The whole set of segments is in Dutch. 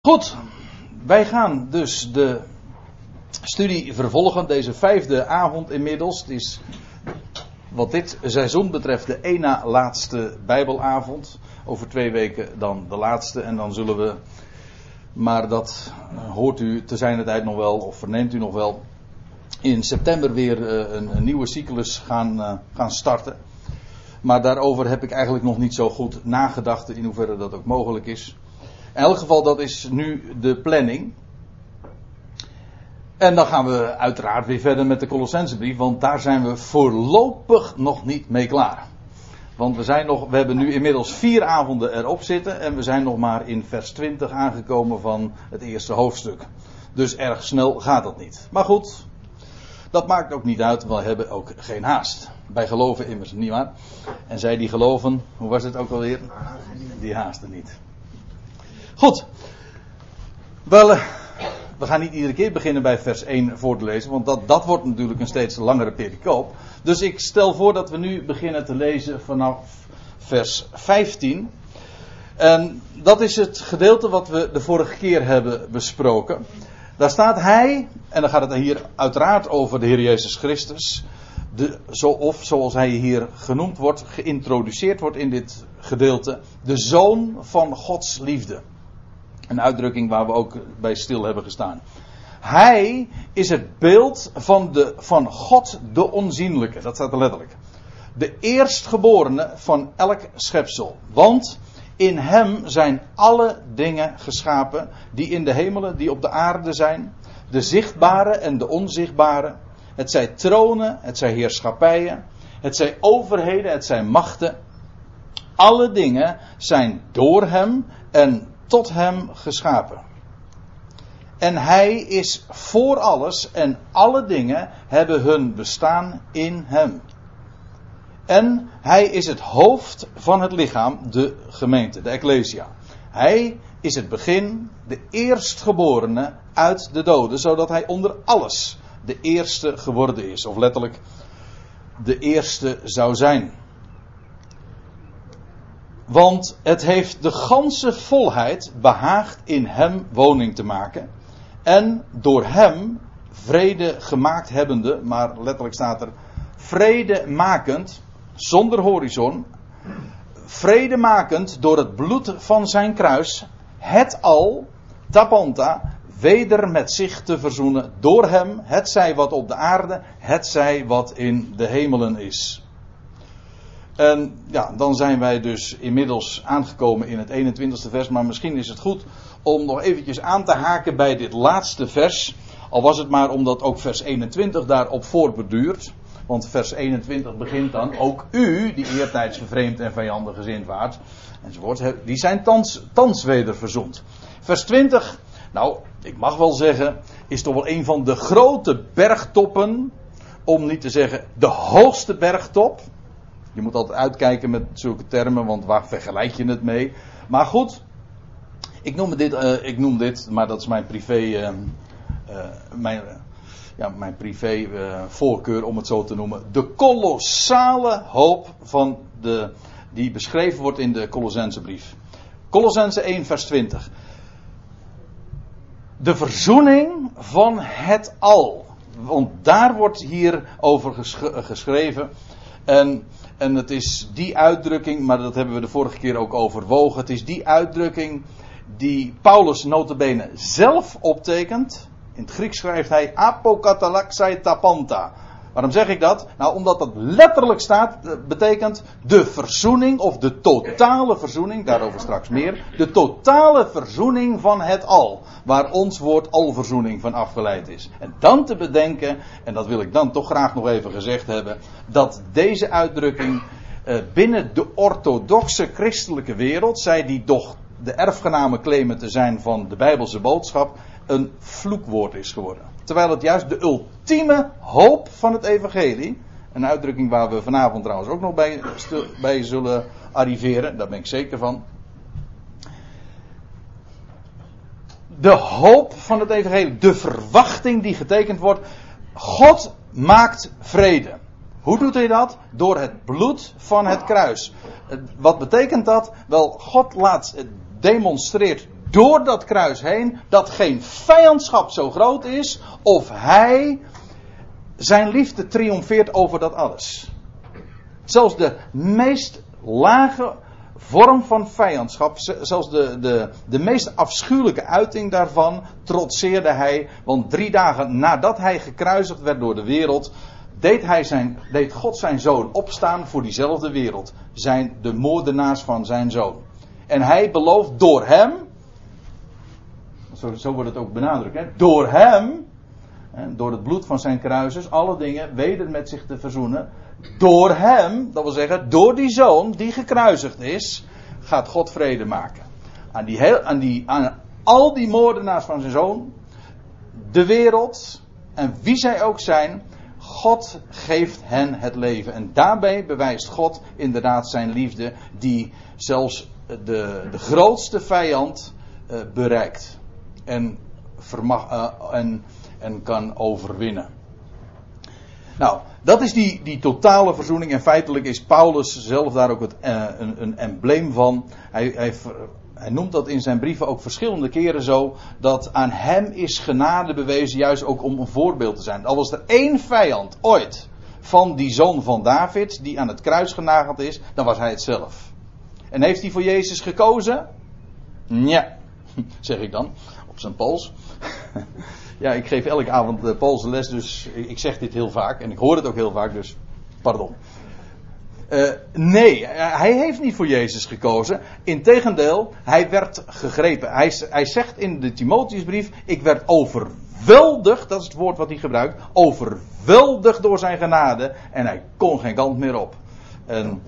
Goed, wij gaan dus de studie vervolgen, deze 5e avond inmiddels. Het is wat dit seizoen betreft de één na laatste Bijbelavond. Over 2 weken dan de laatste en dan zullen we, maar dat hoort u te zijner tijd nog wel of verneemt u nog wel, in september weer een nieuwe cyclus gaan starten. Maar daarover heb ik eigenlijk nog niet zo goed nagedacht in hoeverre dat ook mogelijk is. In elk geval, dat is nu de planning. En dan gaan we uiteraard weer verder met de Colossensebrief, want daar zijn we voorlopig nog niet mee klaar. Want we hebben nu inmiddels 4 avonden erop zitten en we zijn nog maar in vers 20 aangekomen van het eerste hoofdstuk. Dus erg snel gaat dat niet. Maar goed, dat maakt ook niet uit, we hebben ook geen haast. Wij geloven immers, nietwaar? En zij die geloven, hoe was het ook alweer? Die haasten niet. Goed, wel, we gaan niet iedere keer beginnen bij vers 1 voor te lezen, want dat wordt natuurlijk een steeds langere pericoop. Dus ik stel voor dat we nu beginnen te lezen vanaf vers 15. En dat is het gedeelte wat we de vorige keer hebben besproken. Daar staat hij, en dan gaat het hier uiteraard over de Heer Jezus Christus, zoals hij hier genoemd wordt, geïntroduceerd wordt in dit gedeelte, de Zoon van Gods liefde. Een uitdrukking waar we ook bij stil hebben gestaan. Hij is het beeld van God de onzienlijke. Dat staat er letterlijk. De eerstgeborene van elk schepsel. Want in hem zijn alle dingen geschapen die in de hemelen, die op de aarde zijn. De zichtbare en de onzichtbare. Het zij tronen, het zij heerschappijen. Het zij overheden, het zij machten. Alle dingen zijn door hem en tot hem geschapen. En hij is voor alles en alle dingen hebben hun bestaan in hem. En hij is het hoofd van het lichaam, de gemeente, de Ecclesia. Hij is het begin, de eerstgeborene uit de doden, zodat hij onder alles de eerste geworden is. Of letterlijk, de eerste zou zijn. Want het heeft de ganse volheid behaagd in hem woning te maken. En door hem vrede gemaakt hebbende, maar letterlijk staat er vrede makend, zonder horizon. Vrede makend door het bloed van zijn kruis, het al, tapanta, weder met zich te verzoenen. Door hem, het zij wat op de aarde, het zij wat in de hemelen is. En ja, dan zijn wij dus inmiddels aangekomen in het 21ste vers. Maar misschien is het goed om nog eventjes aan te haken bij dit laatste vers. Al was het maar omdat ook vers 21 daarop voortborduurt. Want vers 21 begint dan: ook u, die eertijds vervreemd en vijandig gezind waart, enzovoort, die zijn thans weder verzoend. Vers 20, nou, ik mag wel zeggen, is toch wel een van de grote bergtoppen. Om niet te zeggen de hoogste bergtop. Je moet altijd uitkijken met zulke termen, want waar vergelijk je het mee? Maar goed, ik noem dit, maar dat is mijn privé, mijn privé voorkeur om het zo te noemen. De kolossale hoop die beschreven wordt in de Colossensebrief. Colossense 1 vers 20. De verzoening van het al. Want daar wordt hier over geschreven. En het is die uitdrukking, maar dat hebben we de vorige keer ook overwogen. Het is die uitdrukking die Paulus nota bene zelf optekent. In het Grieks schrijft hij apokatalaxai tapanta. Waarom zeg ik dat? Nou, omdat dat letterlijk staat, betekent de verzoening of de totale verzoening, daarover straks meer. De totale verzoening van het al. Waar ons woord alverzoening van afgeleid is. En dan te bedenken, en dat wil ik dan toch graag nog even gezegd hebben, dat deze uitdrukking binnen de orthodoxe christelijke wereld, zij die toch de erfgenamen claimen te zijn van de Bijbelse boodschap, een vloekwoord is geworden. Terwijl het juist de ultieme hoop van het evangelie, een uitdrukking waar we vanavond trouwens ook nog bij zullen arriveren, daar ben ik zeker van. De hoop van het evangelie, de verwachting die getekend wordt. God maakt vrede. Hoe doet hij dat? Door het bloed van het kruis. Wat betekent dat? Wel, God demonstreert door dat kruis heen, dat geen vijandschap zo groot is, of hij zijn liefde triomfeert over dat alles. Zelfs de meest lage vorm van vijandschap, zelfs de meest afschuwelijke uiting daarvan, trotseerde hij. Want 3 dagen nadat hij gekruisigd werd door de wereld, deed God zijn zoon opstaan voor diezelfde wereld. De moordenaars van zijn zoon. En hij belooft door hem, zo wordt het ook benadrukt, hè, door hem, door het bloed van zijn kruisers, alle dingen weder met zich te verzoenen. Door hem, dat wil zeggen, door die zoon die gekruisigd is, gaat God vrede maken. Aan al die moordenaars van zijn zoon, de wereld en wie zij ook zijn, God geeft hen het leven. En daarbij bewijst God inderdaad zijn liefde, die zelfs de grootste vijand bereikt. En kan overwinnen. Nou, dat is die totale verzoening. En feitelijk is Paulus zelf daar ook een embleem van. Hij noemt dat in zijn brieven ook verschillende keren zo. Dat aan hem is genade bewezen, juist ook om een voorbeeld te zijn. Al was er 1 vijand ooit van die zoon van David, die aan het kruis genageld is, dan was hij het zelf. En heeft hij voor Jezus gekozen? Ja, zeg ik dan, op zijn Pools. Ja, ik geef elke avond de Poolse les, dus ik zeg dit heel vaak. En ik hoor het ook heel vaak, dus pardon. Nee, hij heeft niet voor Jezus gekozen. Integendeel, hij werd gegrepen. Hij zegt in de Timotheusbrief, ik werd overweldigd, dat is het woord wat hij gebruikt, overweldigd door zijn genade. En hij kon geen kant meer op. En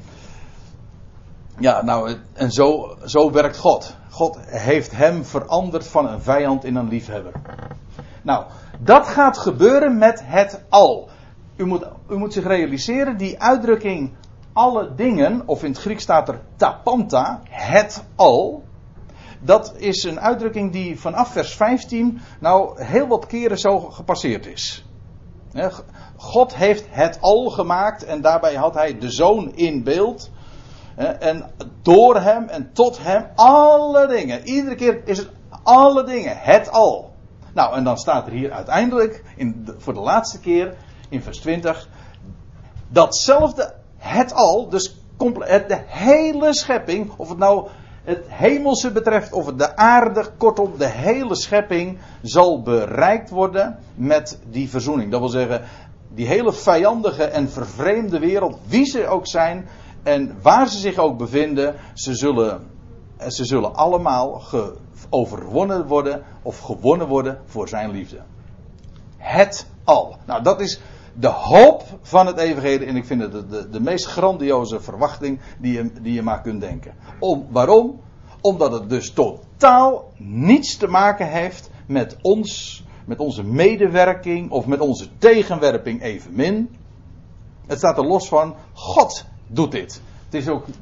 zo werkt God. God heeft hem veranderd van een vijand in een liefhebber. Nou, dat gaat gebeuren met het al. U moet zich realiseren, die uitdrukking alle dingen, of in het Grieks staat er tapanta, het al. Dat is een uitdrukking die vanaf vers 15 nou heel wat keren zo gepasseerd is. God heeft het al gemaakt en daarbij had hij de zoon in beeld. En door hem en tot hem alle dingen. Iedere keer is het alle dingen, het al. Nou, en dan staat er hier uiteindelijk, voor de laatste keer, in vers 20, datzelfde het al, dus de hele schepping, of het nou het hemelse betreft, of het de aarde, kortom, de hele schepping zal bereikt worden met die verzoening. Dat wil zeggen, die hele vijandige en vervreemde wereld, wie ze ook zijn en waar ze zich ook bevinden, ze zullen allemaal overwonnen worden of gewonnen worden voor zijn liefde. Het al. Nou, dat is de hoop van het evangelie en ik vind het de meest grandioze verwachting die je maar kunt denken. Waarom? Omdat het dus totaal niets te maken heeft met ons, met onze medewerking of met onze tegenwerping evenmin. Het staat er los van, God doet dit. Het is ook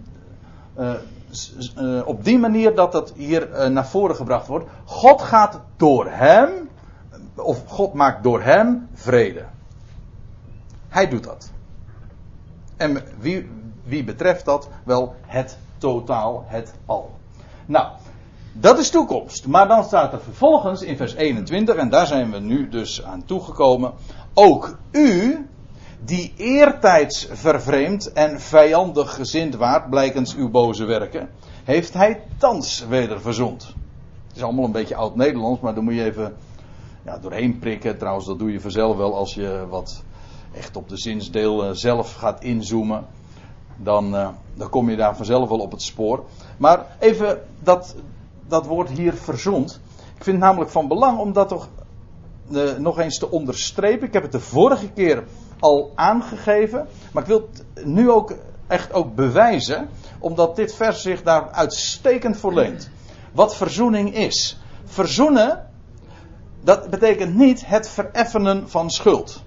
op die manier dat het hier naar voren gebracht wordt. God gaat door hem, of God maakt door hem vrede. Hij doet dat. En wie betreft dat? Wel het totaal, het al. Nou, dat is toekomst. Maar dan staat er vervolgens in vers 21, en daar zijn we nu dus aan toegekomen. Ook u, die eertijds vervreemd en vijandig gezind waart, blijkens uw boze werken, heeft hij thans weder verzoend. Het is allemaal een beetje oud-Nederlands, maar daar moet je even doorheen prikken. Trouwens, dat doe je vanzelf wel als je wat echt op de zinsdeel zelf gaat inzoomen. Dan kom je daar vanzelf wel op het spoor. Maar even dat woord hier verzoend. Ik vind het namelijk van belang om dat toch nog eens te onderstrepen. Ik heb het de vorige keer al aangegeven. Maar ik wil het nu ook echt ook bewijzen. Omdat dit vers zich daar uitstekend voor leent. Wat verzoening is. Verzoenen, dat betekent niet het vereffenen van schuld.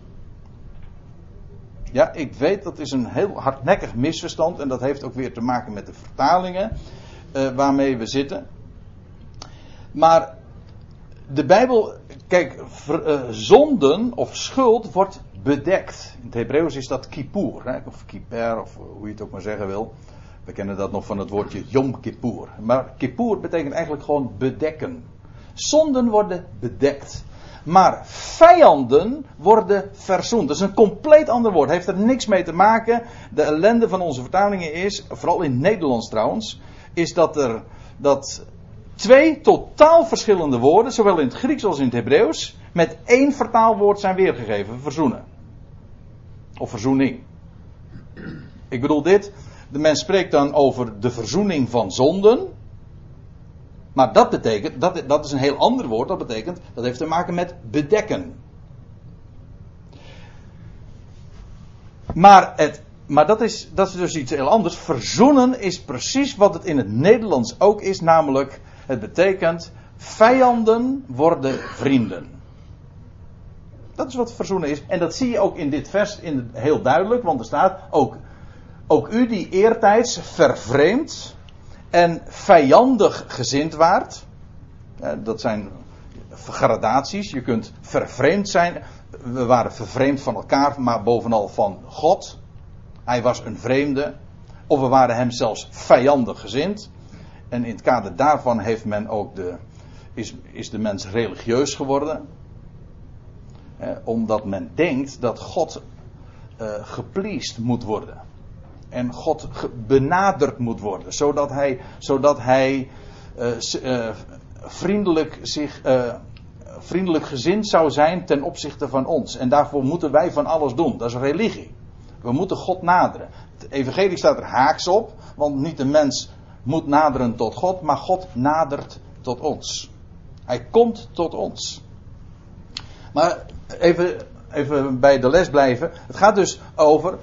Ja, ik weet dat is een heel hardnekkig misverstand. En dat heeft ook weer te maken met de vertalingen waarmee we zitten. Maar de Bijbel, kijk, zonden of schuld wordt bedekt. In het Hebreeuws is dat kippur, of kiper, of hoe je het ook maar zeggen wil. We kennen dat nog van het woordje Yom Kippur. Maar Kippur betekent eigenlijk gewoon bedekken. Zonden worden bedekt. Maar vijanden worden verzoend. Dat is een compleet ander woord. Heeft er niks mee te maken. De ellende van onze vertalingen is, vooral in het Nederlands trouwens, is dat twee totaal verschillende woorden, zowel in het Grieks als in het Hebreeuws, met één vertaalwoord zijn weergegeven. Verzoenen. Of verzoening. Ik bedoel dit. De mens spreekt dan over de verzoening van zonden. Maar dat betekent, dat is een heel ander woord. Dat betekent, dat heeft te maken met bedekken. Maar dat is dus iets heel anders. Verzoenen is precies wat het in het Nederlands ook is. Namelijk, het betekent, vijanden worden vrienden. Dat is wat verzoenen is. En dat zie je ook in dit vers heel duidelijk. Want er staat, ook u die eertijds vervreemd en vijandig gezind waart. Dat zijn gradaties. Je kunt vervreemd zijn. We waren vervreemd van elkaar, maar bovenal van God. Hij was een vreemde. Of we waren hem zelfs vijandig gezind. En in het kader daarvan heeft men ook is de mens religieus geworden. Omdat men denkt dat God gepleased moet worden. En God benaderd moet worden. Zodat hij vriendelijk gezind zou zijn ten opzichte van ons. En daarvoor moeten wij van alles doen. Dat is religie. We moeten God naderen. Het evangelie staat er haaks op. Want niet de mens moet naderen tot God. Maar God nadert tot ons. Hij komt tot ons. Maar even bij de les blijven. Het gaat dus over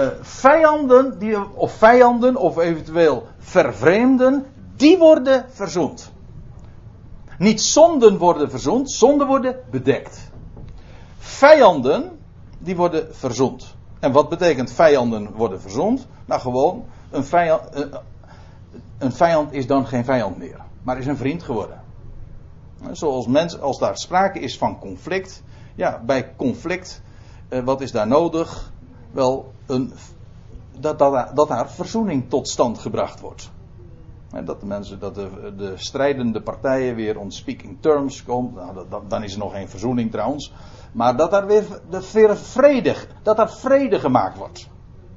vijanden of eventueel vervreemden. Die worden verzoend. Niet zonden worden verzoend. Zonden worden bedekt. Vijanden die worden verzoend. En wat betekent vijanden worden verzoend? Nou gewoon, een vijand is dan geen vijand meer. Maar is een vriend geworden. Zoals als daar sprake is van conflict. Ja, bij conflict, wat is daar nodig? Wel, dat daar verzoening tot stand gebracht wordt. Dat de strijdende partijen weer on speaking terms komen. Nou, dan is er nog geen verzoening trouwens. Maar dat daar weer vrede gemaakt wordt.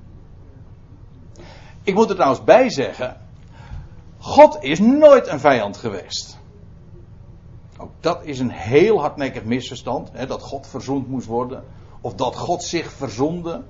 Ik moet er trouwens bij zeggen. God is nooit een vijand geweest. Ook dat is een heel hardnekkig misverstand. Dat God verzoend moest worden. Of dat God zich verzoende.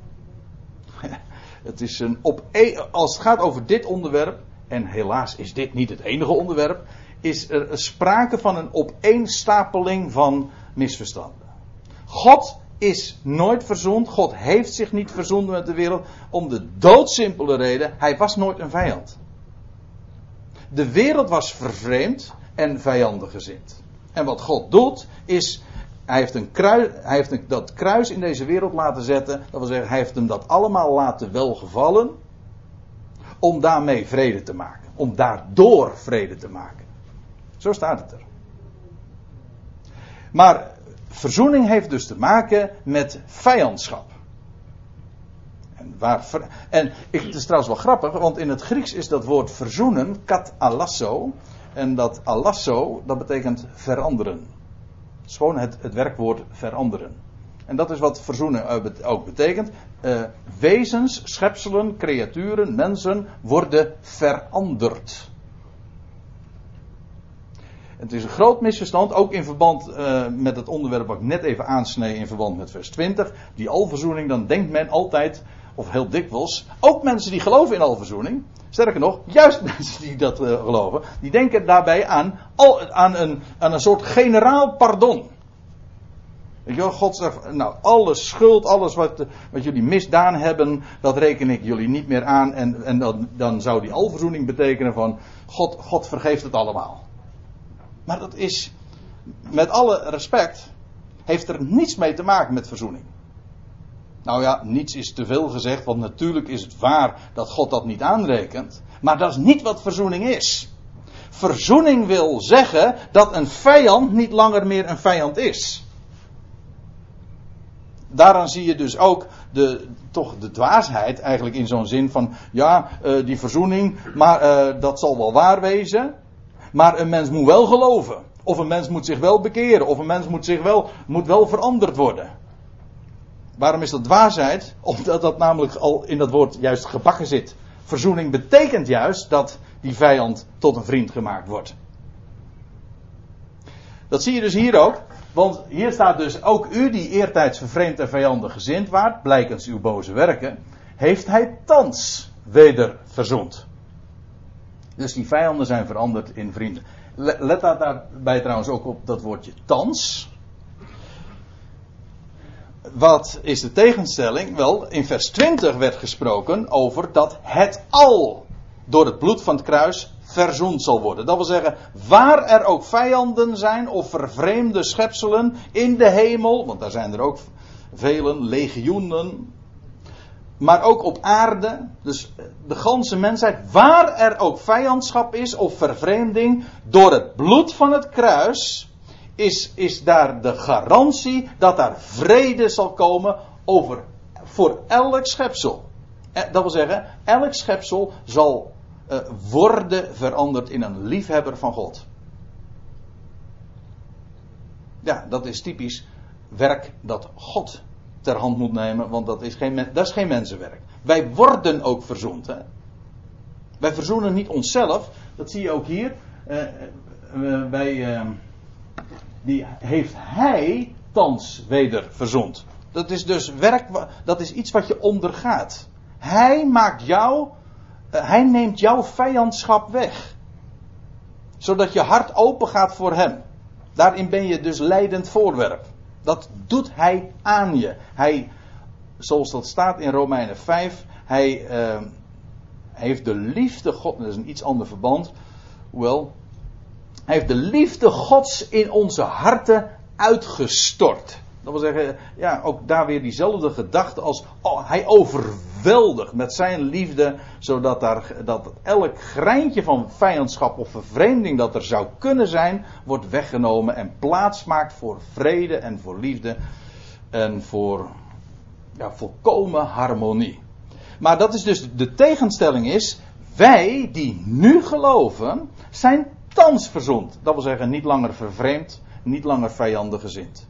Het is als het gaat over dit onderwerp. En helaas is dit niet het enige onderwerp. Is er sprake van een opeenstapeling van misverstanden. God is nooit verzoend. God heeft zich niet verzoend met de wereld. Om de doodsimpele reden. Hij was nooit een vijand. De wereld was vervreemd en vijandig gezind. En wat God doet is, hij heeft dat kruis in deze wereld laten zetten. Dat wil zeggen, hij heeft hem dat allemaal laten welgevallen. Om daarmee vrede te maken. Om daardoor vrede te maken. Zo staat het er. Maar verzoening heeft dus te maken met vijandschap. En het is trouwens wel grappig, want in het Grieks is dat woord verzoenen, katalasso. En dat alasso, dat betekent veranderen. Het is gewoon het werkwoord veranderen. En dat is wat verzoenen ook betekent. Wezens, schepselen, creaturen, mensen worden veranderd. Het is een groot misverstand, ook in verband met het onderwerp wat ik net even aansneed in verband met vers 20. Die alverzoening, dan denkt men altijd, of heel dikwijls, ook mensen die geloven in alverzoening, sterker nog, juist mensen die dat geloven, die denken daarbij aan een soort generaal pardon. Weet je wel, God zegt, nou, alle schuld, alles wat jullie misdaan hebben, dat reken ik jullie niet meer aan. En dan zou die alverzoening betekenen van, God vergeeft het allemaal. Maar dat is, met alle respect, heeft er niets mee te maken met verzoening. Nou ja, niets is te veel gezegd, want natuurlijk is het waar dat God dat niet aanrekent. Maar dat is niet wat verzoening is. Verzoening wil zeggen dat een vijand niet langer meer een vijand is. daaraan zie je dus ook toch de dwaasheid eigenlijk in zo'n zin van, ja, die verzoening, maar dat zal wel waar wezen. Maar een mens moet wel geloven. Of een mens moet zich wel bekeren. Of een mens moet wel veranderd worden. Waarom is dat dwaasheid? Omdat dat namelijk al in dat woord juist gebakken zit. Verzoening betekent juist dat die vijand tot een vriend gemaakt wordt. Dat zie je dus hier ook. Want hier staat dus ook u die eertijds vervreemd en vijandig gezind waart, blijkens uw boze werken, heeft hij thans weder verzoend. Dus die vijanden zijn veranderd in vrienden. Let daarbij trouwens ook op dat woordje thans. Wat is de tegenstelling? Wel, in vers 20 werd gesproken over dat het al door het bloed van het kruis verzoend zal worden. Dat wil zeggen, waar er ook vijanden zijn of vervreemde schepselen in de hemel, want daar zijn er ook velen, legioenen, maar ook op aarde, dus de ganse mensheid, waar er ook vijandschap is of vervreemding, door het bloed van het kruis is daar de garantie dat daar vrede zal komen voor elk schepsel. Dat wil zeggen, elk schepsel zal worden veranderd in een liefhebber van God. Ja, dat is typisch werk dat God ter hand moet nemen, want dat is geen mensenwerk. Wij worden ook verzoend. Hè? Wij verzoenen niet onszelf, dat zie je ook hier. Die heeft hij thans weder verzoend. Dat is dus werk, dat is iets wat je ondergaat. Hij neemt jouw vijandschap weg. Zodat je hart open gaat voor hem. Daarin ben je dus lijdend voorwerp. Dat doet hij aan je. Hij, zoals dat staat in Romeinen 5, hij heeft de liefde God, dat is een iets ander verband, hoewel, hij heeft de liefde Gods in onze harten uitgestort. Dat wil zeggen, ja, ook daar weer diezelfde gedachte als, hij overweldigt met zijn liefde, zodat dat elk greintje van vijandschap of vervreemding dat er zou kunnen zijn, wordt weggenomen en plaats maakt voor vrede en voor liefde en voor volkomen harmonie. Maar dat is dus, de tegenstelling is, wij die nu geloven, zijn thans verzoend. Dat wil zeggen, niet langer vervreemd, niet langer vijandig gezind.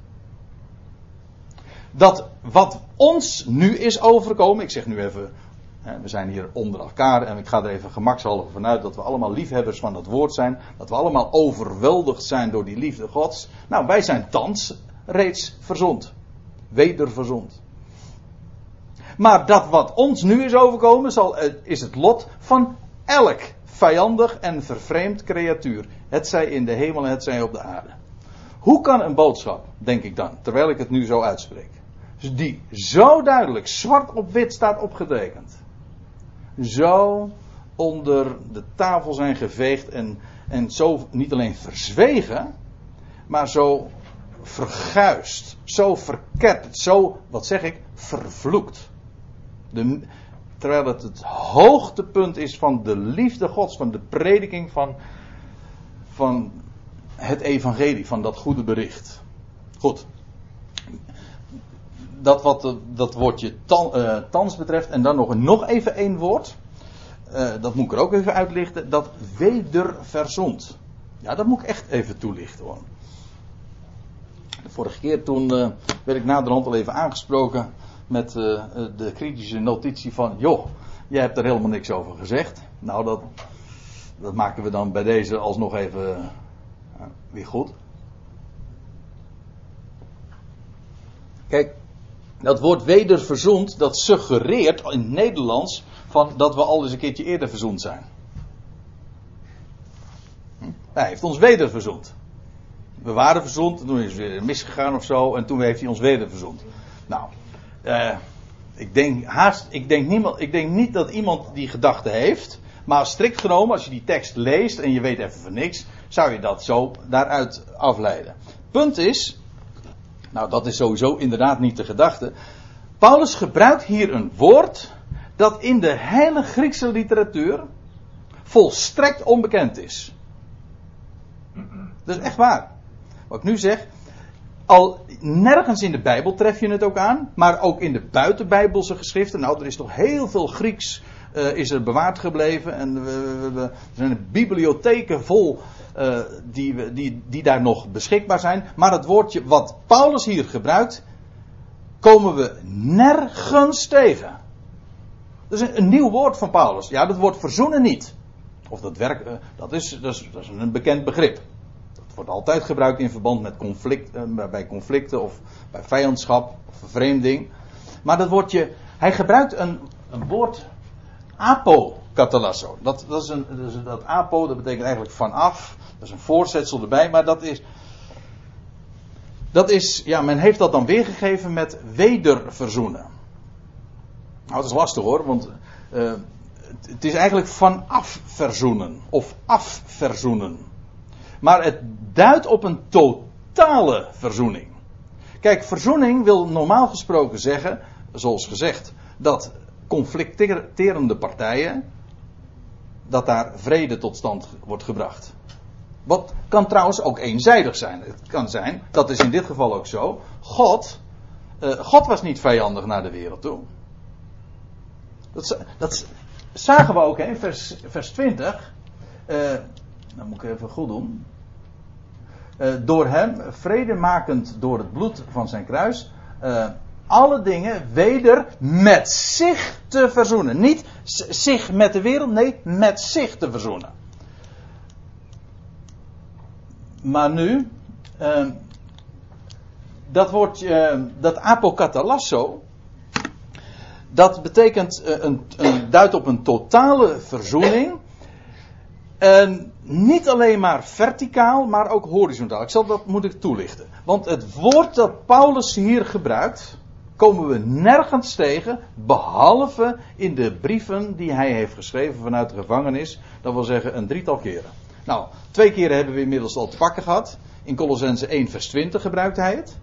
Dat wat ons nu is overkomen, ik zeg nu even, we zijn hier onder elkaar en ik ga er even gemakshalve vanuit dat we allemaal liefhebbers van het woord zijn, dat we allemaal overweldigd zijn door die liefde Gods. Nou, wij zijn thans reeds verzoend, weder verzoend. Maar dat wat ons nu is overkomen, is het lot van elk vijandig en vervreemd creatuur. Het zij in de hemel en het zij op de aarde. Hoe kan een boodschap, denk ik dan, terwijl ik het nu zo uitspreek, die zo duidelijk zwart op wit staat opgetekend, zo onder de tafel zijn geveegd en zo niet alleen verzwegen, maar zo verguisd, zo verketterd, zo, wat zeg ik, vervloekt. Terwijl het hoogtepunt is van de liefde Gods, van de prediking van het evangelie, van dat goede bericht. Goed. Dat wat dat woordje thans betreft, en dan nog even één woord. Dat moet ik er ook even uitlichten. Dat wederverzoend. Ja, dat moet ik echt even toelichten hoor. De vorige keer toen werd ik naderhand al even aangesproken met de kritische notitie van, joh, jij hebt er helemaal niks over gezegd. Nou, dat maken we dan bij deze alsnog even weer goed. Kijk, dat woord wederverzoend, dat suggereert in het Nederlands van dat we al eens een keertje eerder verzoend zijn. Hij heeft ons wederverzoend. We waren verzoend, toen is het weer misgegaan of zo, en toen heeft hij ons wederverzoend. Nou, ik denk niet dat iemand die gedachte heeft, maar strikt genomen, als je die tekst leest en je weet even van niks, zou je dat zo daaruit afleiden. Punt is, nou dat is sowieso inderdaad niet de gedachte. Paulus gebruikt hier een woord dat in de hele Griekse literatuur volstrekt onbekend is. Dat is echt waar. Wat ik nu zeg, Al nergens in de Bijbel tref je het ook aan, maar ook in de buitenbijbelse geschriften. Nou, er is toch heel veel Grieks is er bewaard gebleven. En er zijn bibliotheken vol die daar nog beschikbaar zijn. Maar het woordje wat Paulus hier gebruikt, komen we nergens tegen. Dat is een nieuw woord van Paulus. Ja, dat woord verzoenen niet. Of dat is een bekend begrip. Dat wordt altijd gebruikt in verband met bij conflicten of bij vijandschap of vervreemding. Maar dat woordje, hij gebruikt een woord apokatalasso. Dat apo, dat betekent eigenlijk vanaf. Dat is een voorzetsel erbij, maar dat is, ja, men heeft dat dan weergegeven met wederverzoenen. Nou, dat is lastig hoor, want het is eigenlijk vanaf verzoenen of afverzoenen. Maar het duidt op een totale verzoening. Kijk, verzoening wil normaal gesproken zeggen, zoals gezegd, dat conflicterende partijen, dat daar vrede tot stand wordt gebracht. Wat kan trouwens ook eenzijdig zijn. Het kan zijn, dat is in dit geval ook zo, God was niet vijandig naar de wereld toe. Dat zagen we ook in vers 20. Dan moet ik even goed doen. Door hem, vredemakend door het bloed van zijn kruis, alle dingen weder met zich te verzoenen. Niet zich met de wereld, nee, met zich te verzoenen. Maar nu, dat woordje, dat apokatalasso, dat betekent, duidt op een totale verzoening. En niet alleen maar verticaal, maar ook horizontaal. Dat moet ik toelichten. Want het woord dat Paulus hier gebruikt, komen we nergens tegen, behalve in de brieven die hij heeft geschreven vanuit de gevangenis. Dat wil zeggen een 3-tal keren. Nou, 2 keren hebben we inmiddels al te pakken gehad. In Kolossenzen 1 vers 20 gebruikt hij het.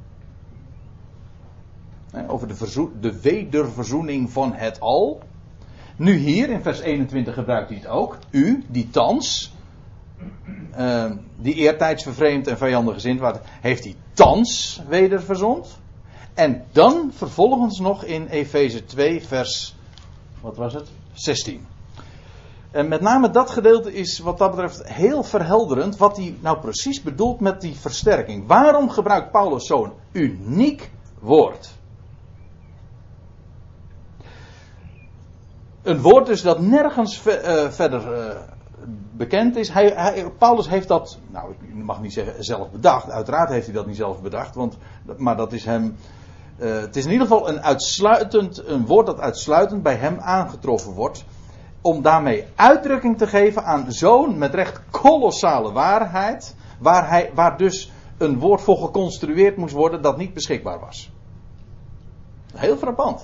Over de wederverzoening van het al. Nu hier in vers 21 gebruikt hij het ook. U, die thans, die eertijds vervreemd en vijandig gezind was, heeft hij thans wederverzond. En dan vervolgens nog in Efeze 2 vers, wat was het? 16. En met name dat gedeelte is wat dat betreft heel verhelderend wat hij nou precies bedoelt met die versterking. Waarom gebruikt Paulus zo'n uniek woord? Een woord dus dat nergens verder bekend is. Paulus heeft dat, nou ik mag niet zeggen zelf bedacht. Uiteraard heeft hij dat niet zelf bedacht. Maar dat is hem. Het is in ieder geval een woord dat uitsluitend bij hem aangetroffen wordt. Om daarmee uitdrukking te geven aan zo'n met recht kolossale waarheid. Waar dus een woord voor geconstrueerd moest worden dat niet beschikbaar was. Heel frappant.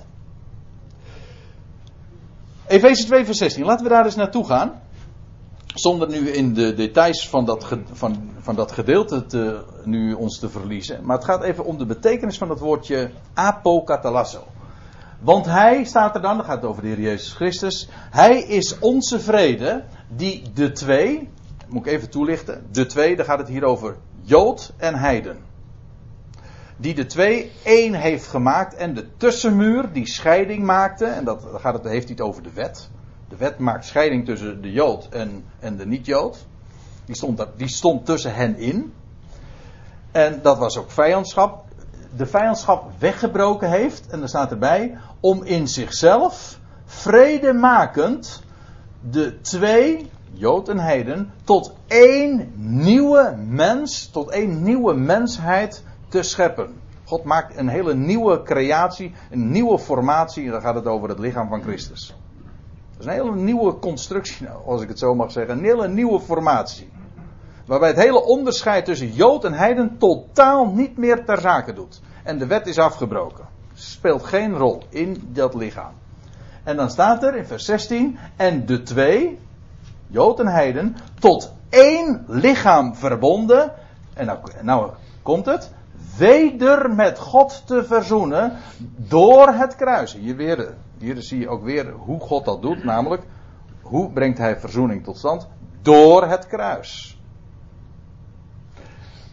Efeze 2 vers 16. Laten we daar eens naartoe gaan. Zonder nu in de details van dat gedeelte ons te verliezen. Maar het gaat even om de betekenis van het woordje apokatalasso. Want hij, staat er dan gaat het over de Heer Jezus Christus. Hij is onze vrede, die de twee, moet ik even toelichten. De twee, daar gaat het hier over Jood en heiden. Die de twee één heeft gemaakt en de tussenmuur die scheiding maakte. En heeft hij het over de wet. De wet maakt scheiding tussen de Jood en de niet-Jood. Die stond tussen hen in. En dat was ook vijandschap. De vijandschap weggebroken heeft. En er staat erbij. Om in zichzelf vredemakend de twee, Jood en heiden, tot één nieuwe mens, tot één nieuwe mensheid te scheppen. God maakt een hele nieuwe creatie, een nieuwe formatie. En dan gaat het over het lichaam van Christus. Dat is een hele nieuwe constructie, als ik het zo mag zeggen. Een hele nieuwe formatie. Waarbij het hele onderscheid tussen Jood en heiden totaal niet meer ter zake doet. En de wet is afgebroken. Speelt geen rol in dat lichaam. En dan staat er in vers 16. En de twee, Jood en heiden, tot één lichaam verbonden. En nou komt het. Weder met God te verzoenen door het kruis. Hier zie je ook weer hoe God dat doet. Namelijk, hoe brengt hij verzoening tot stand? Door het kruis.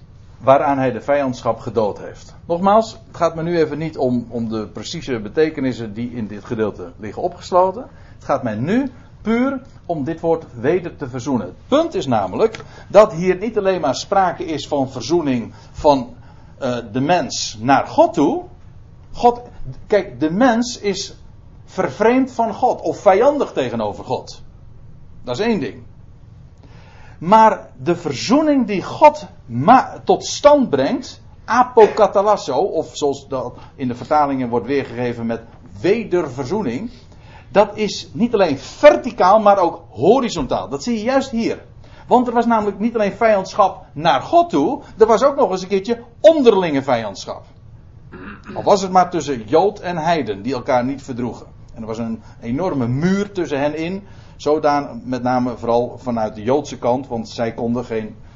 waaraan hij de vijandschap gedood heeft. Nogmaals, het gaat me nu even niet om de precieze betekenissen die in dit gedeelte liggen opgesloten. Het gaat mij nu puur om dit woord weder te verzoenen. Het punt is namelijk dat hier niet alleen maar sprake is van verzoening van de mens naar God toe. Kijk, de mens is vervreemd van God of vijandig tegenover God. Dat is één ding. Maar de verzoening die God tot stand brengt, apokatallasso, of zoals dat in de vertalingen wordt weergegeven met wederverzoening, dat is niet alleen verticaal, maar ook horizontaal. Dat zie je juist hier. Want er was namelijk niet alleen vijandschap naar God toe, er was ook nog eens een keertje onderlinge vijandschap. Al was het maar tussen Jood en heiden, die elkaar niet verdroegen. En er was een enorme muur tussen hen in, zodanig met name vooral vanuit de Joodse kant, want zij konden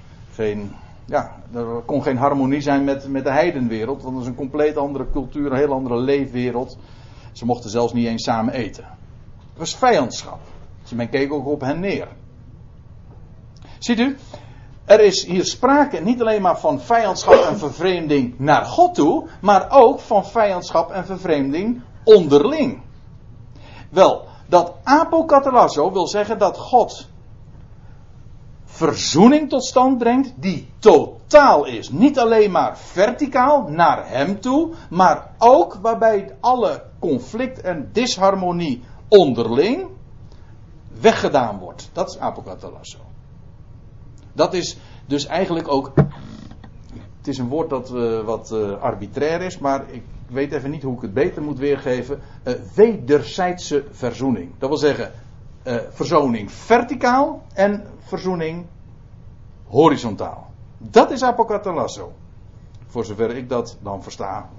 er kon geen harmonie zijn met de heidenwereld, want dat is een compleet andere cultuur, een heel andere leefwereld. Ze mochten zelfs niet eens samen eten. Het was vijandschap. Dus men keek ook op hen neer. Ziet u, er is hier sprake niet alleen maar van vijandschap en vervreemding naar God toe, maar ook van vijandschap en vervreemding onderling. Wel, dat apokatallasso wil zeggen dat God verzoening tot stand brengt die totaal is. Niet alleen maar verticaal naar hem toe, maar ook waarbij alle conflict en disharmonie onderling weggedaan wordt. Dat is apokatallasso. Dat is dus eigenlijk ook, het is een woord dat wat arbitrair is, maar ik weet even niet hoe ik het beter moet weergeven. Wederzijdse verzoening. Dat wil zeggen, verzoening verticaal en verzoening horizontaal. Dat is apokatallasso. Voor zover ik dat dan versta.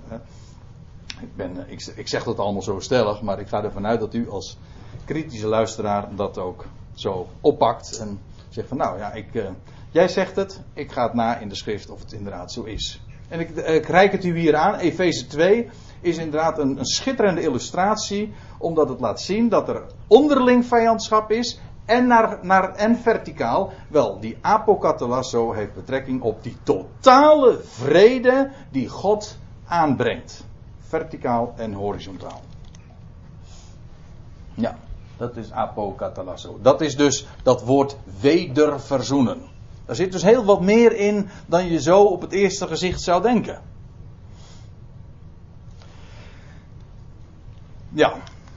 Ik zeg dat allemaal zo stellig, maar ik ga ervan uit dat u als kritische luisteraar dat ook zo oppakt. En zegt van nou ja, jij zegt het, ik ga het na in de schrift of het inderdaad zo is. En ik reik het u hier aan. Efeze 2 is inderdaad een schitterende illustratie, omdat het laat zien dat er onderling vijandschap is en verticaal. Wel, die apokatallasso heeft betrekking op die totale vrede die God aanbrengt. Verticaal en horizontaal. Ja, dat is apokatallasso. Dat is dus dat woord wederverzoenen. Daar zit dus heel wat meer in dan je zo op het eerste gezicht zou denken. Ja.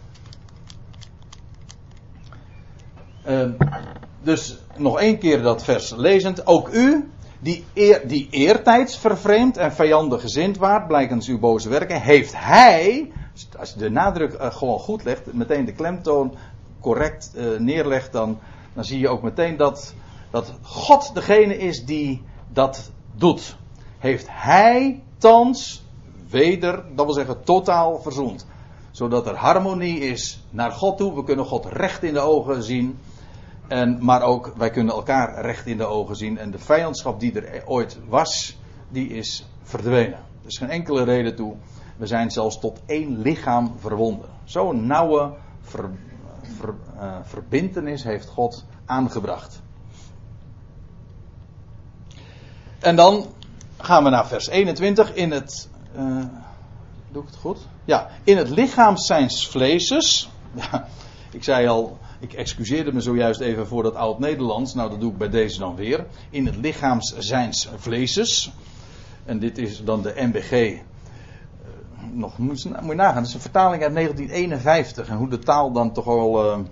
Dus nog één keer dat vers lezend. Ook u, die eertijds vervreemd en vijandig gezind waart, blijkens uw boze werken, heeft hij, als je de nadruk gewoon goed legt, meteen de klemtoon correct neerlegt, dan zie je ook meteen dat God degene is die dat doet. Heeft hij thans weder, dat wil zeggen totaal verzoend. Zodat er harmonie is naar God toe. We kunnen God recht in de ogen zien. Maar ook wij kunnen elkaar recht in de ogen zien. En de vijandschap die er ooit was, die is verdwenen. Er is geen enkele reden toe. We zijn zelfs tot één lichaam verbonden. Zo'n nauwe verbintenis heeft God aangebracht. En dan gaan we naar vers 21 in het... doe ik het goed? Ja, in het lichaam zijns vleeses. Ja, ik zei al, ik excuseerde me zojuist even voor dat Oud-Nederlands. Nou, dat doe ik bij deze dan weer. In het lichaam zijns vleeses. En dit is dan de NBG. Moet je nagaan, dat is een vertaling uit 1951. En hoe de taal dan toch al...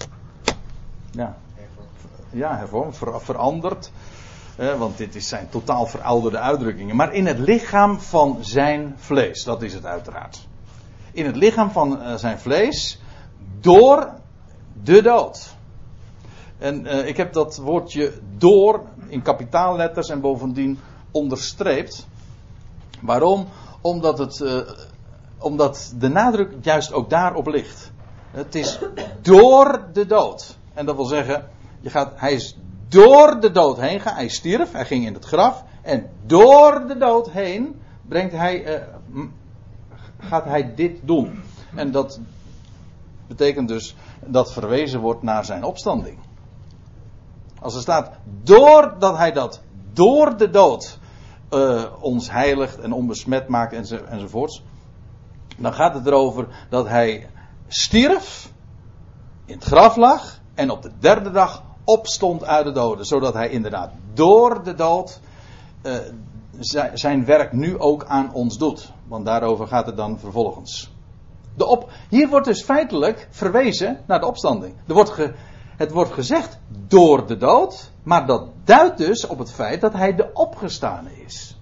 verandert. Want dit zijn totaal verouderde uitdrukkingen. Maar in het lichaam van zijn vlees. Dat is het uiteraard. In het lichaam van zijn vlees. Door de dood. En ik heb dat woordje door in kapitaalletters en bovendien onderstreept. Waarom? Omdat de nadruk juist ook daarop ligt. Het is door de dood. En dat wil zeggen, hij is door de dood heen gegaan. Hij stierf, hij ging in het graf. En door de dood heen gaat hij dit doen. En dat betekent dus dat verwezen wordt naar zijn opstanding. Als er staat, doordat hij dat door de dood ons heiligt en onbesmet maakt enzovoorts. Dan gaat het erover dat hij stierf, in het graf lag en op de derde dag opstond uit de doden. Zodat hij inderdaad door de dood zijn werk nu ook aan ons doet. Want daarover gaat het dan vervolgens. Hier wordt dus feitelijk verwezen naar de opstanding. Het wordt gezegd door de dood, maar dat duidt dus op het feit dat hij de opgestane is.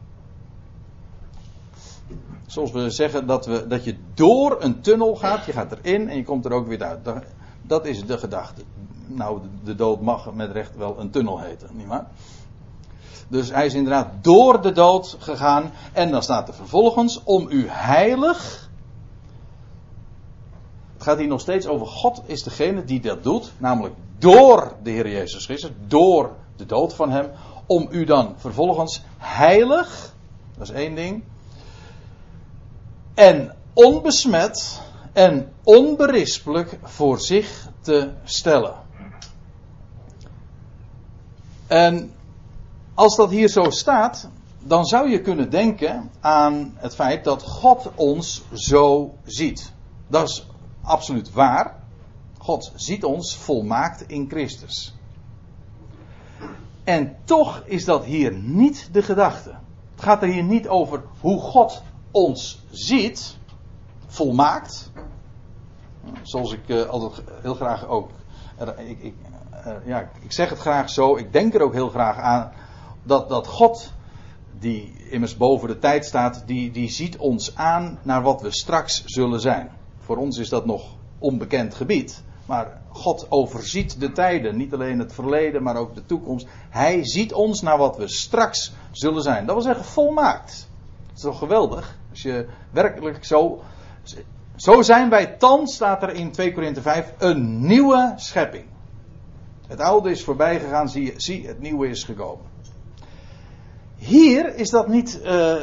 Zoals we zeggen dat je door een tunnel gaat, je gaat erin en je komt er ook weer uit. Dat is de gedachte. Nou, de dood mag met recht wel een tunnel heten, nietwaar? Dus hij is inderdaad door de dood gegaan en dan staat er vervolgens om u heilig. Het gaat hier nog steeds over God is degene die dat doet, namelijk door de Heer Jezus Christus, door de dood van hem, om u dan vervolgens heilig, dat is één ding, en onbesmet en onberispelijk voor zich te stellen. En als dat hier zo staat, dan zou je kunnen denken aan het feit dat God ons zo ziet. Dat is absoluut waar. God ziet ons volmaakt in Christus. En toch is dat hier niet de gedachte. Het gaat er hier niet over hoe God ons ziet, volmaakt. Zoals ik altijd heel graag ook. Ik zeg het graag zo. Ik denk er ook heel graag aan. Dat God, die immers boven de tijd staat, die ziet ons aan naar wat we straks zullen zijn. Voor ons is dat nog onbekend gebied. Maar God overziet de tijden. Niet alleen het verleden, maar ook de toekomst. Hij ziet ons naar wat we straks zullen zijn. Dat wil zeggen volmaakt. Dat is toch geweldig? Als je werkelijk zo zijn wij thans, staat er in 2 Korinthe 5, een nieuwe schepping. Het oude is voorbij gegaan, zie het nieuwe is gekomen. Hier is dat niet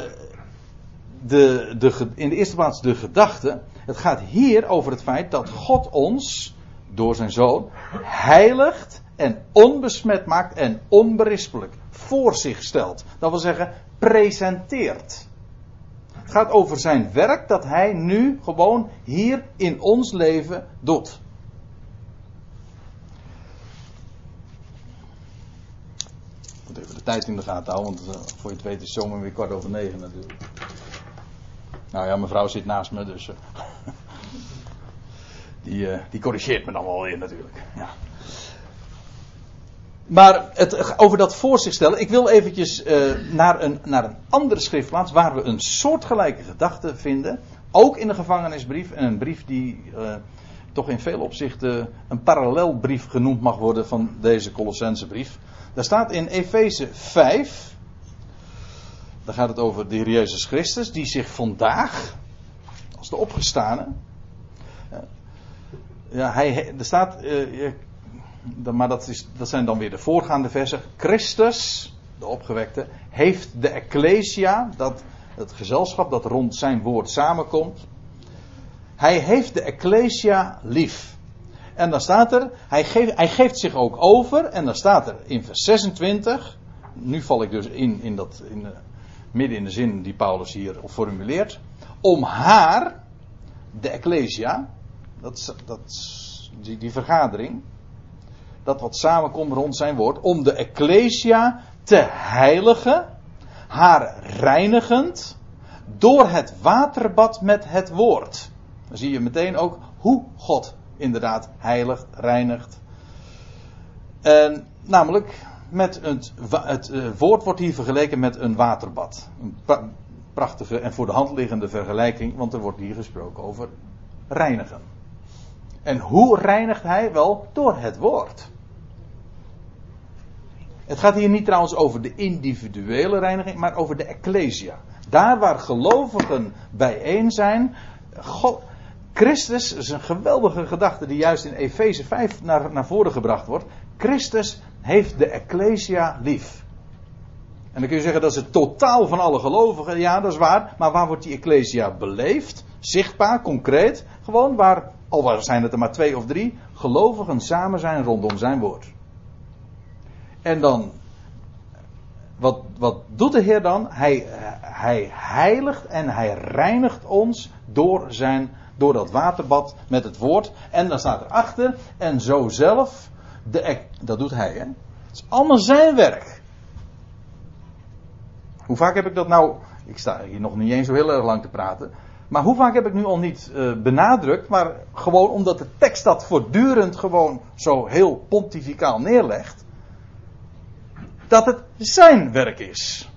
in de eerste plaats de gedachte. Het gaat hier over het feit dat God ons, door zijn Zoon, heiligt en onbesmet maakt en onberispelijk voor zich stelt. Dat wil zeggen, presenteert. Het gaat over zijn werk dat hij nu gewoon hier in ons leven doet. Ik moet even de tijd in de gaten houden, want voor je het weet is het zomaar weer 9:15 natuurlijk. Nou ja, mijn vrouw zit naast me, dus die corrigeert me dan wel weer natuurlijk. Ja. Maar over dat voor zich stellen, ik wil eventjes naar een andere schriftplaats waar we een soortgelijke gedachte vinden. Ook in de gevangenisbrief, en een brief die toch in veel opzichten een parallelbrief genoemd mag worden van deze Colossensebrief. Daar staat in Efeze 5, daar gaat het over de Heer Jezus Christus, die zich vandaag, als de opgestane, er staat, maar dat zijn dan weer de voorgaande versen. Christus, de opgewekte, heeft de Ecclesia, het gezelschap dat rond zijn woord samenkomt. Hij heeft de Ecclesia lief. En dan staat er, hij geeft zich ook over. En dan staat er in vers 26. Nu val ik dus midden in de zin die Paulus hier formuleert. Om haar, de Ecclesia, die vergadering, dat wat samenkomt rond zijn woord, om de Ecclesia te heiligen, haar reinigend, door het waterbad met het woord. Dan zie je meteen ook hoe God inderdaad heiligt, reinigt. En namelijk, het woord wordt hier vergeleken met een waterbad. Een prachtige en voor de hand liggende vergelijking, want er wordt hier gesproken over reinigen. En hoe reinigt hij? Wel, door het woord. Het gaat hier niet trouwens over de individuele reiniging, maar over de Ecclesia. Daar waar gelovigen bijeen zijn. Christus, is een geweldige gedachte die juist in Efeze 5 naar voren gebracht wordt. Christus heeft de Ecclesia lief. En dan kun je zeggen dat is het totaal van alle gelovigen. Ja, dat is waar. Maar waar wordt die Ecclesia beleefd? Zichtbaar, concreet. Gewoon waar, al zijn het er maar 2 of 3, gelovigen samen zijn rondom zijn woord. En dan wat doet de Heer dan? Hij heiligt en hij reinigt ons door dat waterbad met het woord. En dan staat erachter, en zo zelf, dat doet hij, hè. Het is allemaal zijn werk. Hoe vaak heb ik dat nou, ik sta hier nog niet eens zo heel erg lang te praten, maar hoe vaak heb ik nu al niet benadrukt, maar gewoon omdat de tekst dat voortdurend gewoon zo heel pontificaal neerlegt, dat het zijn werk is.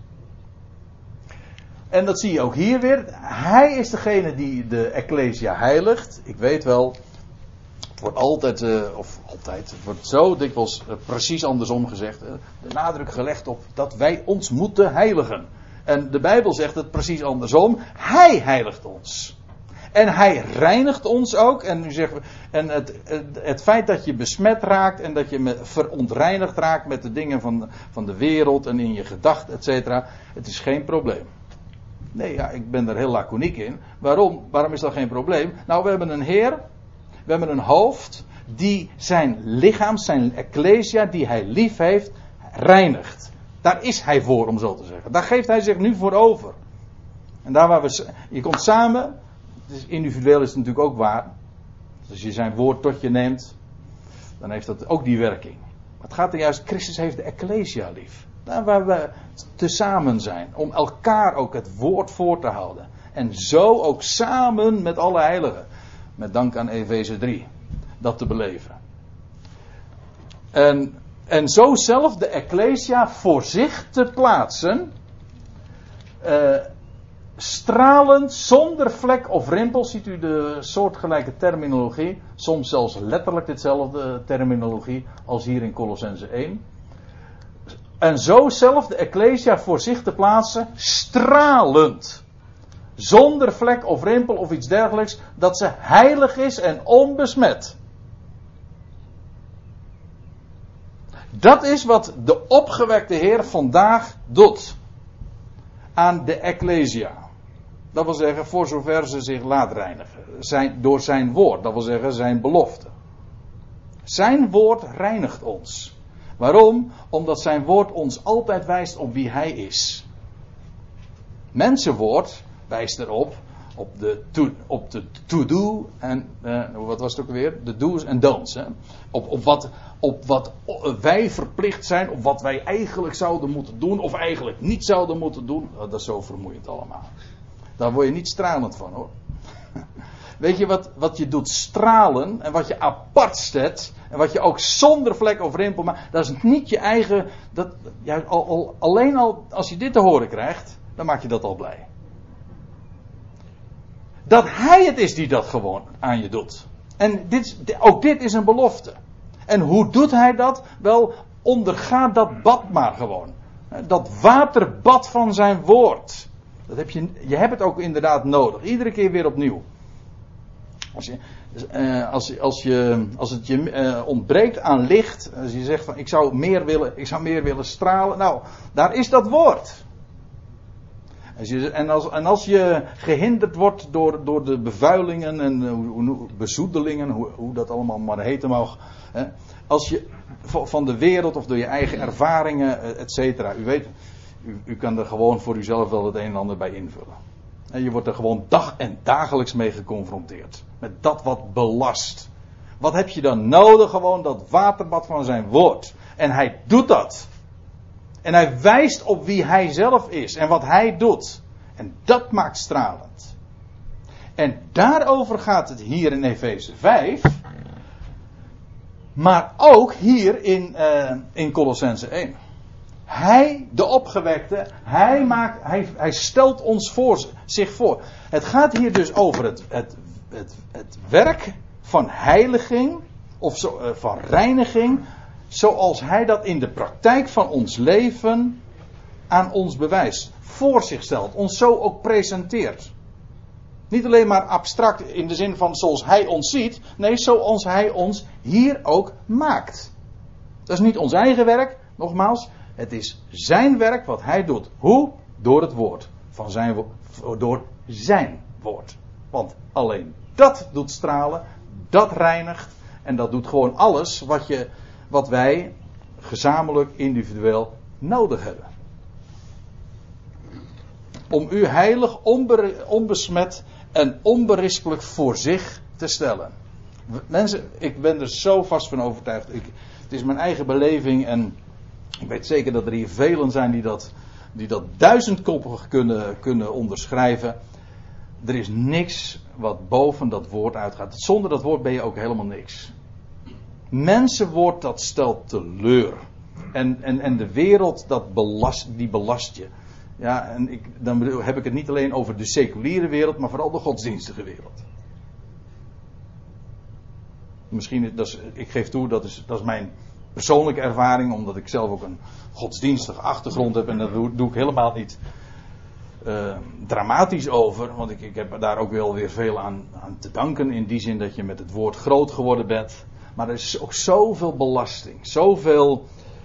En dat zie je ook hier weer. Hij is degene die de Ecclesia heiligt. Ik weet wel, het wordt altijd, het wordt zo dikwijls precies andersom gezegd. De nadruk gelegd op dat wij ons moeten heiligen. En de Bijbel zegt het precies andersom. Hij heiligt ons. En hij reinigt ons ook. En nu zeggen we, en het feit dat je besmet raakt en dat je verontreinigd raakt met de dingen van de wereld en in je gedachten, et cetera. Het is geen probleem. Nee, ja, ik ben er heel laconiek in. Waarom? Waarom is dat geen probleem? Nou, we hebben een Heer, we hebben een hoofd die zijn lichaam, zijn Ecclesia, die hij lief heeft, reinigt. Daar is hij voor, om zo te zeggen. Daar geeft hij zich nu voor over. En daar waar je komt samen, dus individueel is het natuurlijk ook waar. Dus als je zijn woord tot je neemt, dan heeft dat ook die werking. Maar het gaat er juist, Christus heeft de Ecclesia lief. Daar waar we tezamen zijn. Om elkaar ook het woord voor te houden. En zo ook samen met alle heiligen. Met dank aan Efeze 3. Dat te beleven. En zo zelf de Ecclesia voor zich te plaatsen. Stralend, zonder vlek of rimpel. Ziet u de soortgelijke terminologie. Soms zelfs letterlijk dezelfde terminologie als hier in Colossense 1. En zo zelf de Ecclesia voor zich te plaatsen, stralend. Zonder vlek of rimpel of iets dergelijks, dat ze heilig is en onbesmet. Dat is wat de opgewekte Heer vandaag doet. Aan de Ecclesia. Dat wil zeggen, voor zover ze zich laat reinigen. Door zijn woord, dat wil zeggen zijn belofte. Zijn woord reinigt ons. Waarom? Omdat zijn woord ons altijd wijst op wie hij is. Mensenwoord wijst erop, op de to-do en, wat was het ook weer? De do's en don'ts. Hè? Op wat wij verplicht zijn, op wat wij eigenlijk zouden moeten doen, of eigenlijk niet zouden moeten doen. Dat is zo vermoeiend allemaal. Daar word je niet stralend van, hoor. Weet je wat je doet stralen en wat je apart zet en wat je ook zonder vlek of rimpel maakt, dat is niet je eigen, alleen al als je dit te horen krijgt, dan maak je dat al blij. Dat hij het is die dat gewoon aan je doet. En ook dit is een belofte. En hoe doet hij dat? Wel, onderga dat bad maar gewoon. Dat waterbad van zijn woord. Je hebt het ook inderdaad nodig. Iedere keer weer opnieuw. Als het je ontbreekt aan licht, als je zegt van ik zou meer willen stralen, nou, daar is dat woord. Als je gehinderd wordt door de bevuilingen en bezoedelingen, hoe dat allemaal maar heten mag, als je van de wereld of door je eigen ervaringen, et cetera, u weet, u kan er gewoon voor uzelf wel het een en ander bij invullen. En je wordt er gewoon dag en dagelijks mee geconfronteerd. Met dat wat belast. Wat heb je dan nodig? Gewoon dat waterbad van zijn woord. En hij doet dat. En hij wijst op wie hij zelf is. En wat hij doet. En dat maakt stralend. En daarover gaat het hier in Efeze 5. Maar ook hier in Colossense 1. Hij, de opgewekte, hij stelt ons zich voor. Het gaat hier dus over het werk van heiliging, of van reiniging, zoals hij dat in de praktijk van ons leven aan ons bewijst. Voor zich stelt, ons zo ook presenteert. Niet alleen maar abstract in de zin van zoals hij ons ziet, nee, zoals hij ons hier ook maakt. Dat is niet ons eigen werk, nogmaals. Het is zijn werk wat hij doet. Hoe? Door het woord. Door zijn woord. Want alleen dat doet stralen. Dat reinigt. En dat doet gewoon alles wat wij gezamenlijk, individueel nodig hebben. om u heilig, onbesmet en onberispelijk voor zich te stellen. Mensen, ik ben er zo vast van overtuigd. Het is mijn eigen beleving en ik weet zeker dat er hier velen zijn die dat duizendkoppig kunnen onderschrijven. Er is niks wat boven dat woord uitgaat. Zonder dat woord ben je ook helemaal niks. Mensenwoord, dat stelt teleur. En de wereld, die belast je. Ja, en dan heb ik het niet alleen over de seculiere wereld, maar vooral de godsdienstige wereld. Misschien, ik geef toe, dat is mijn persoonlijke ervaring, omdat ik zelf ook een godsdienstige achtergrond heb. En dat doe ik helemaal niet dramatisch over, want ik heb daar ook wel weer veel aan te danken. In die zin dat je met het woord groot geworden bent. Maar er is ook zoveel belasting, zoveel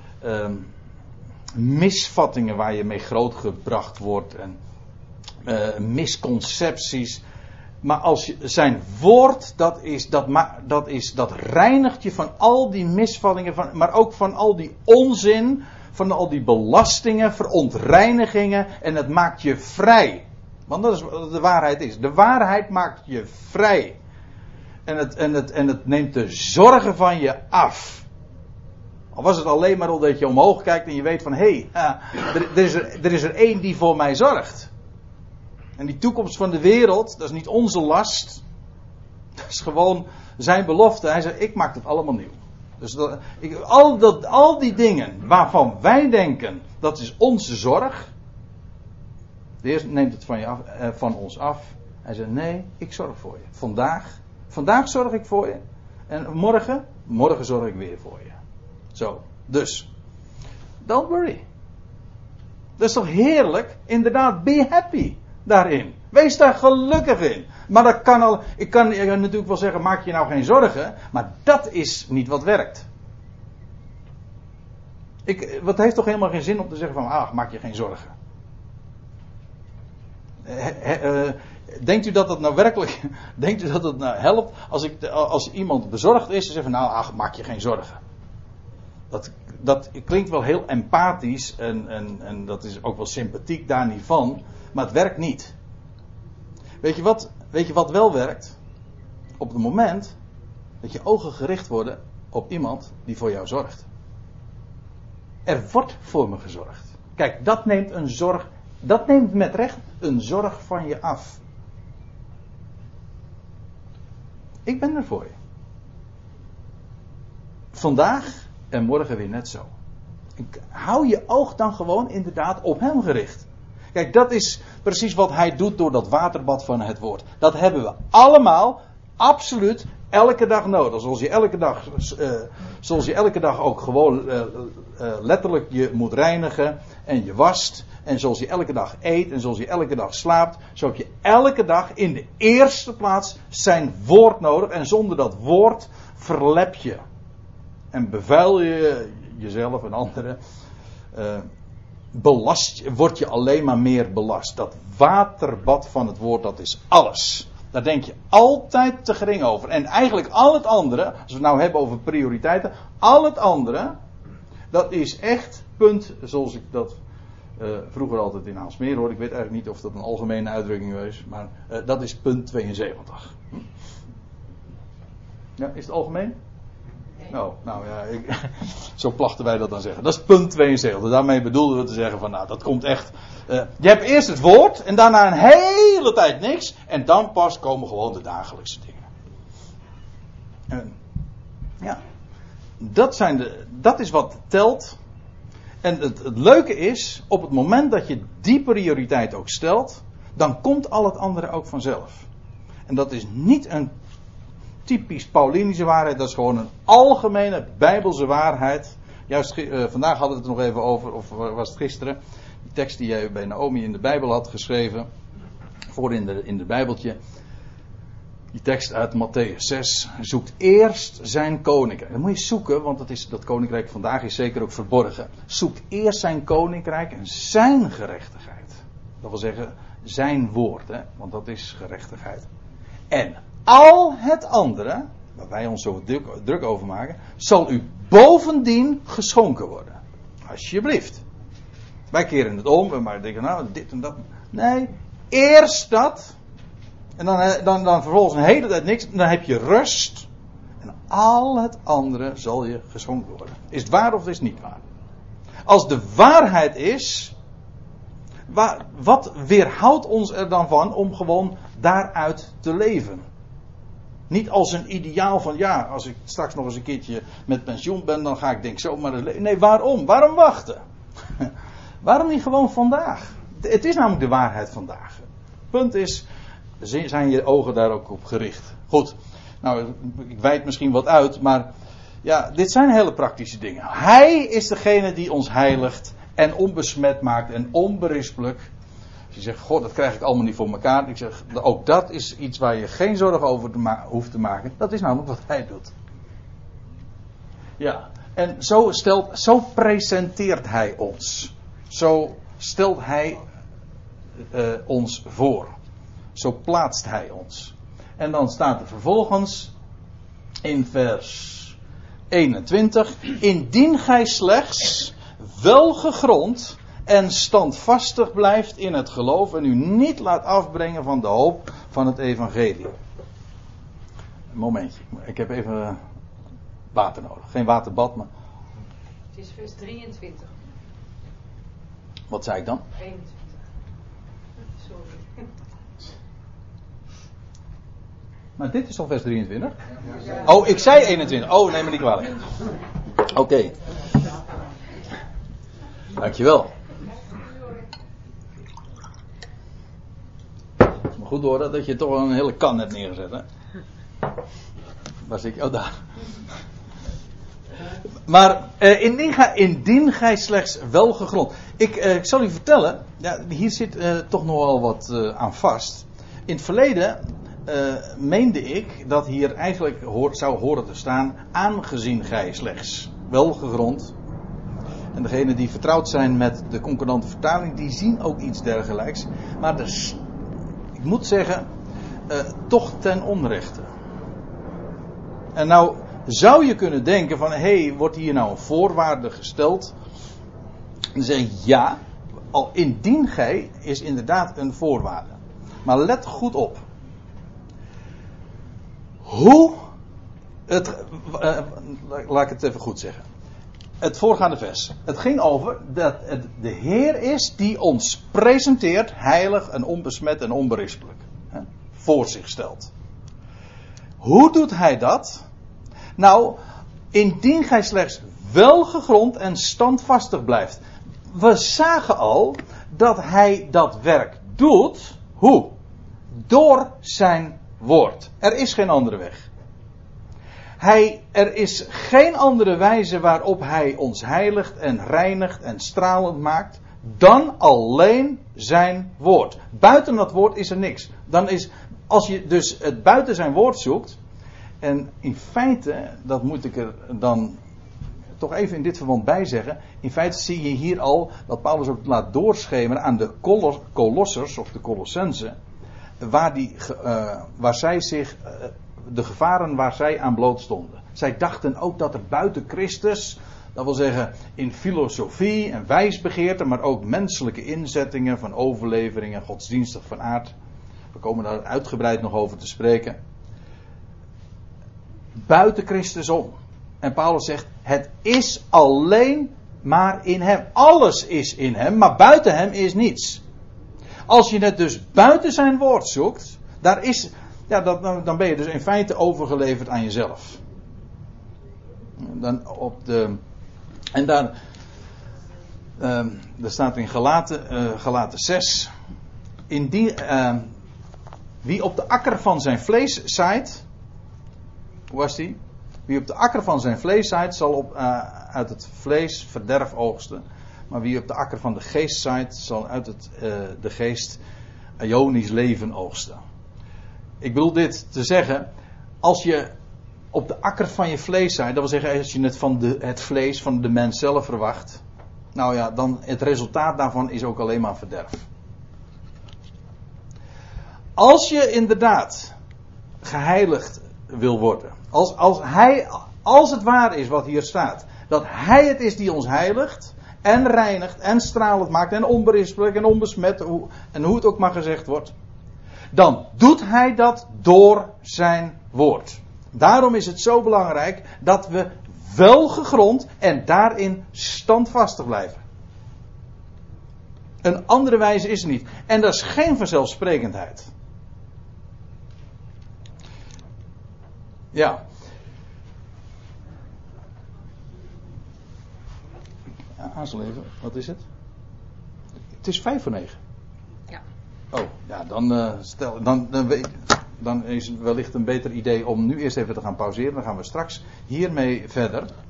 misvattingen waar je mee grootgebracht wordt en misconcepties. Maar als zijn woord, dat reinigt je van al die misvattingen, maar ook van al die onzin, van al die belastingen, verontreinigingen, en het maakt je vrij. Want dat is wat de waarheid is. De waarheid maakt je vrij. En het neemt de zorgen van je af. Al was het alleen maar omdat je omhoog kijkt en je weet van, hé, er is er één die voor mij zorgt. En die toekomst van de wereld, dat is niet onze last. Dat is gewoon zijn belofte. Hij zei, ik maak het allemaal nieuw. Dus al die dingen waarvan wij denken, dat is onze zorg. De Heer neemt het van ons af. Hij zei, nee, ik zorg voor je. Vandaag zorg ik voor je. En morgen zorg ik weer voor je. Zo, dus. Don't worry. Dat is toch heerlijk? Inderdaad, be happy daarin. Wees daar gelukkig in. Maar dat kan al. Ik kan natuurlijk wel zeggen, maak je nou geen zorgen. Maar dat is niet wat werkt. Wat heeft toch helemaal geen zin om te zeggen van, maak je geen zorgen. Denkt u dat het nou werkelijk, denkt u dat het nou helpt als iemand bezorgd is en zegt van, maak je geen zorgen. Dat klinkt wel heel empathisch en dat is ook wel sympathiek, daar niet van, maar het werkt niet. Weet je wat wel werkt? Op het moment dat je ogen gericht worden op iemand die voor jou zorgt. Er wordt voor me gezorgd. Kijk, dat neemt met recht een zorg van je af. Ik ben er voor je. Vandaag en morgen weer net zo. Hou je oog dan gewoon inderdaad op hem gericht. Kijk, dat is precies wat hij doet door dat waterbad van het woord. Dat hebben we allemaal, absoluut, elke dag nodig. Zoals je elke dag ook gewoon letterlijk je moet reinigen en je wast. En zoals je elke dag eet en zoals je elke dag slaapt. Zo heb je elke dag in de eerste plaats zijn woord nodig. En zonder dat woord verlep je. En bevuil je jezelf en anderen. Word je alleen maar meer belast. Dat waterbad van het woord, dat is alles. Daar denk je altijd te gering over. En eigenlijk al het andere, als we het nou hebben over prioriteiten, al het andere, dat is echt punt, zoals ik dat vroeger altijd in Aalsmeer hoorde. Ik weet eigenlijk niet of dat een algemene uitdrukking is, maar dat is punt 72. Ja, is het algemeen? Nou ja, zo plachten wij dat dan zeggen. Dat is punt 72. Daarmee bedoelden we te zeggen van, dat komt echt. Je hebt eerst het woord en daarna een hele tijd niks. En dan pas komen gewoon de dagelijkse dingen. Ja, dat is wat telt. En het leuke is, op het moment dat je die prioriteit ook stelt, dan komt al het andere ook vanzelf. En dat is niet een typisch Paulinische waarheid, dat is gewoon een algemene Bijbelse waarheid. Juist vandaag hadden we het er nog even over, of was het gisteren? Die tekst die jij bij Naomi in de Bijbel had geschreven, voor in de Bijbeltje. Die tekst uit Mattheüs 6, zoekt eerst zijn koninkrijk. Dat moet je zoeken, want dat koninkrijk vandaag is zeker ook verborgen. Zoekt eerst zijn koninkrijk en zijn gerechtigheid. Dat wil zeggen, zijn woord, want dat is gerechtigheid. En al het andere, waar wij ons zo druk over maken, zal u bovendien geschonken worden. Alsjeblieft. Wij keren het om, maar denken, dit en dat. Nee, eerst dat. En dan vervolgens een hele tijd niks. Dan heb je rust. En al het andere zal je geschonken worden. Is het waar of is het niet waar? Als de waarheid is. Wat weerhoudt ons er dan van om gewoon daaruit te leven? Niet als een ideaal van ja, als ik straks nog eens een keertje met pensioen ben, dan ga ik denk zomaar het leven. Nee, waarom? Waarom wachten? Waarom niet gewoon vandaag? Het is namelijk de waarheid vandaag. Het punt is, zijn je ogen daar ook op gericht? Goed, nou, ik wijd misschien wat uit, maar ja, dit zijn hele praktische dingen. Hij is degene die ons heiligt en onbesmet maakt en onberispelijk. Als je zegt, god, dat krijg ik allemaal niet voor elkaar. Ik zeg, ook dat is iets waar je geen zorgen over hoeft te maken. Dat is namelijk wat hij doet. Ja, en zo presenteert hij ons. Zo stelt hij ons voor. Zo plaatst hij ons. En dan staat er vervolgens in vers 21. Indien gij slechts welgegrond en standvastig blijft in het geloof en u niet laat afbrengen van de hoop van het evangelie. Een momentje, ik heb even water nodig. Geen waterbad, maar... Het is vers 23. Wat zei ik dan? 21. Sorry. Maar dit is al vers 23? Oh, ik zei 21. Oh, neem me niet kwalijk. Oké. Dankjewel. Het is maar goed hoor dat je toch een hele kan hebt neergezet, hè? Waar zit ik? Oh, daar. Maar indien gij slechts welgegrond. Ik zal u vertellen, ja, hier zit toch nog wel wat aan vast. In het verleden meende ik dat hier eigenlijk zou horen te staan, aangezien gij slechts welgegrond. En degenen die vertrouwd zijn met de concordante vertaling, die zien ook iets dergelijks. Maar ik moet zeggen, toch ten onrechte. En nou zou je kunnen denken van, wordt hier nou een voorwaarde gesteld? En dan zeg ik ja, al indien gij is inderdaad een voorwaarde. Maar let goed op. Laat ik het even goed zeggen. Het voorgaande vers. Het ging over dat het de Heer is die ons presenteert, heilig en onbesmet en onberispelijk. Voor zich stelt. Hoe doet hij dat? Nou, indien gij slechts welgegrond en standvastig blijft. We zagen al dat hij dat werk doet. Hoe? Door zijn woord. Er is geen andere weg. Er is geen andere wijze waarop hij ons heiligt en reinigt en stralend maakt dan alleen zijn woord. Buiten dat woord is er niks. Als je dus het buiten zijn woord zoekt, en in feite, dat moet ik er dan toch even in dit verband bij zeggen, in feite zie je hier al dat Paulus ook laat doorschemeren aan de Kolossers of de Colossenzen, waar zij zich, de gevaren waar zij aan bloot stonden. Zij dachten ook dat er buiten Christus, dat wil zeggen in filosofie en wijsbegeerte, maar ook menselijke inzettingen van overleveringen, godsdienstig van aard. We komen daar uitgebreid nog over te spreken. Buiten Christus om. En Paulus zegt, het is alleen maar in hem. Alles is in hem, maar buiten hem is niets. Als je het dus buiten zijn woord zoekt, dan ben je dus in feite overgeleverd aan jezelf. Daar staat in Galaten 6. Wie op de akker van zijn vlees zaait. Hoe was die? Wie op de akker van zijn vlees zaait, zal uit het vlees verderf oogsten. Maar wie op de akker van de geest zaait, zal uit de geest Ionisch leven oogsten. Ik bedoel dit te zeggen, als je op de akker van je vlees zaait, dat wil zeggen als je het van het vlees van de mens zelf verwacht, nou ja, dan het resultaat daarvan is ook alleen maar verderf. Als je inderdaad geheiligd wil worden, als het waar is wat hier staat, dat hij het is die ons heiligt en reinigt en stralend maakt en onberispelijk en onbesmet en hoe het ook maar gezegd wordt, dan doet hij dat door zijn woord. Daarom is het zo belangrijk dat we wel gegrond en daarin standvastig blijven. Een andere wijze is er niet. En dat is geen vanzelfsprekendheid. Ja. Aarzel even, wat is het? Het is 8:55. Ja. Oh, ja, dan is het wellicht een beter idee om nu eerst even te gaan pauzeren. Dan gaan we straks hiermee verder.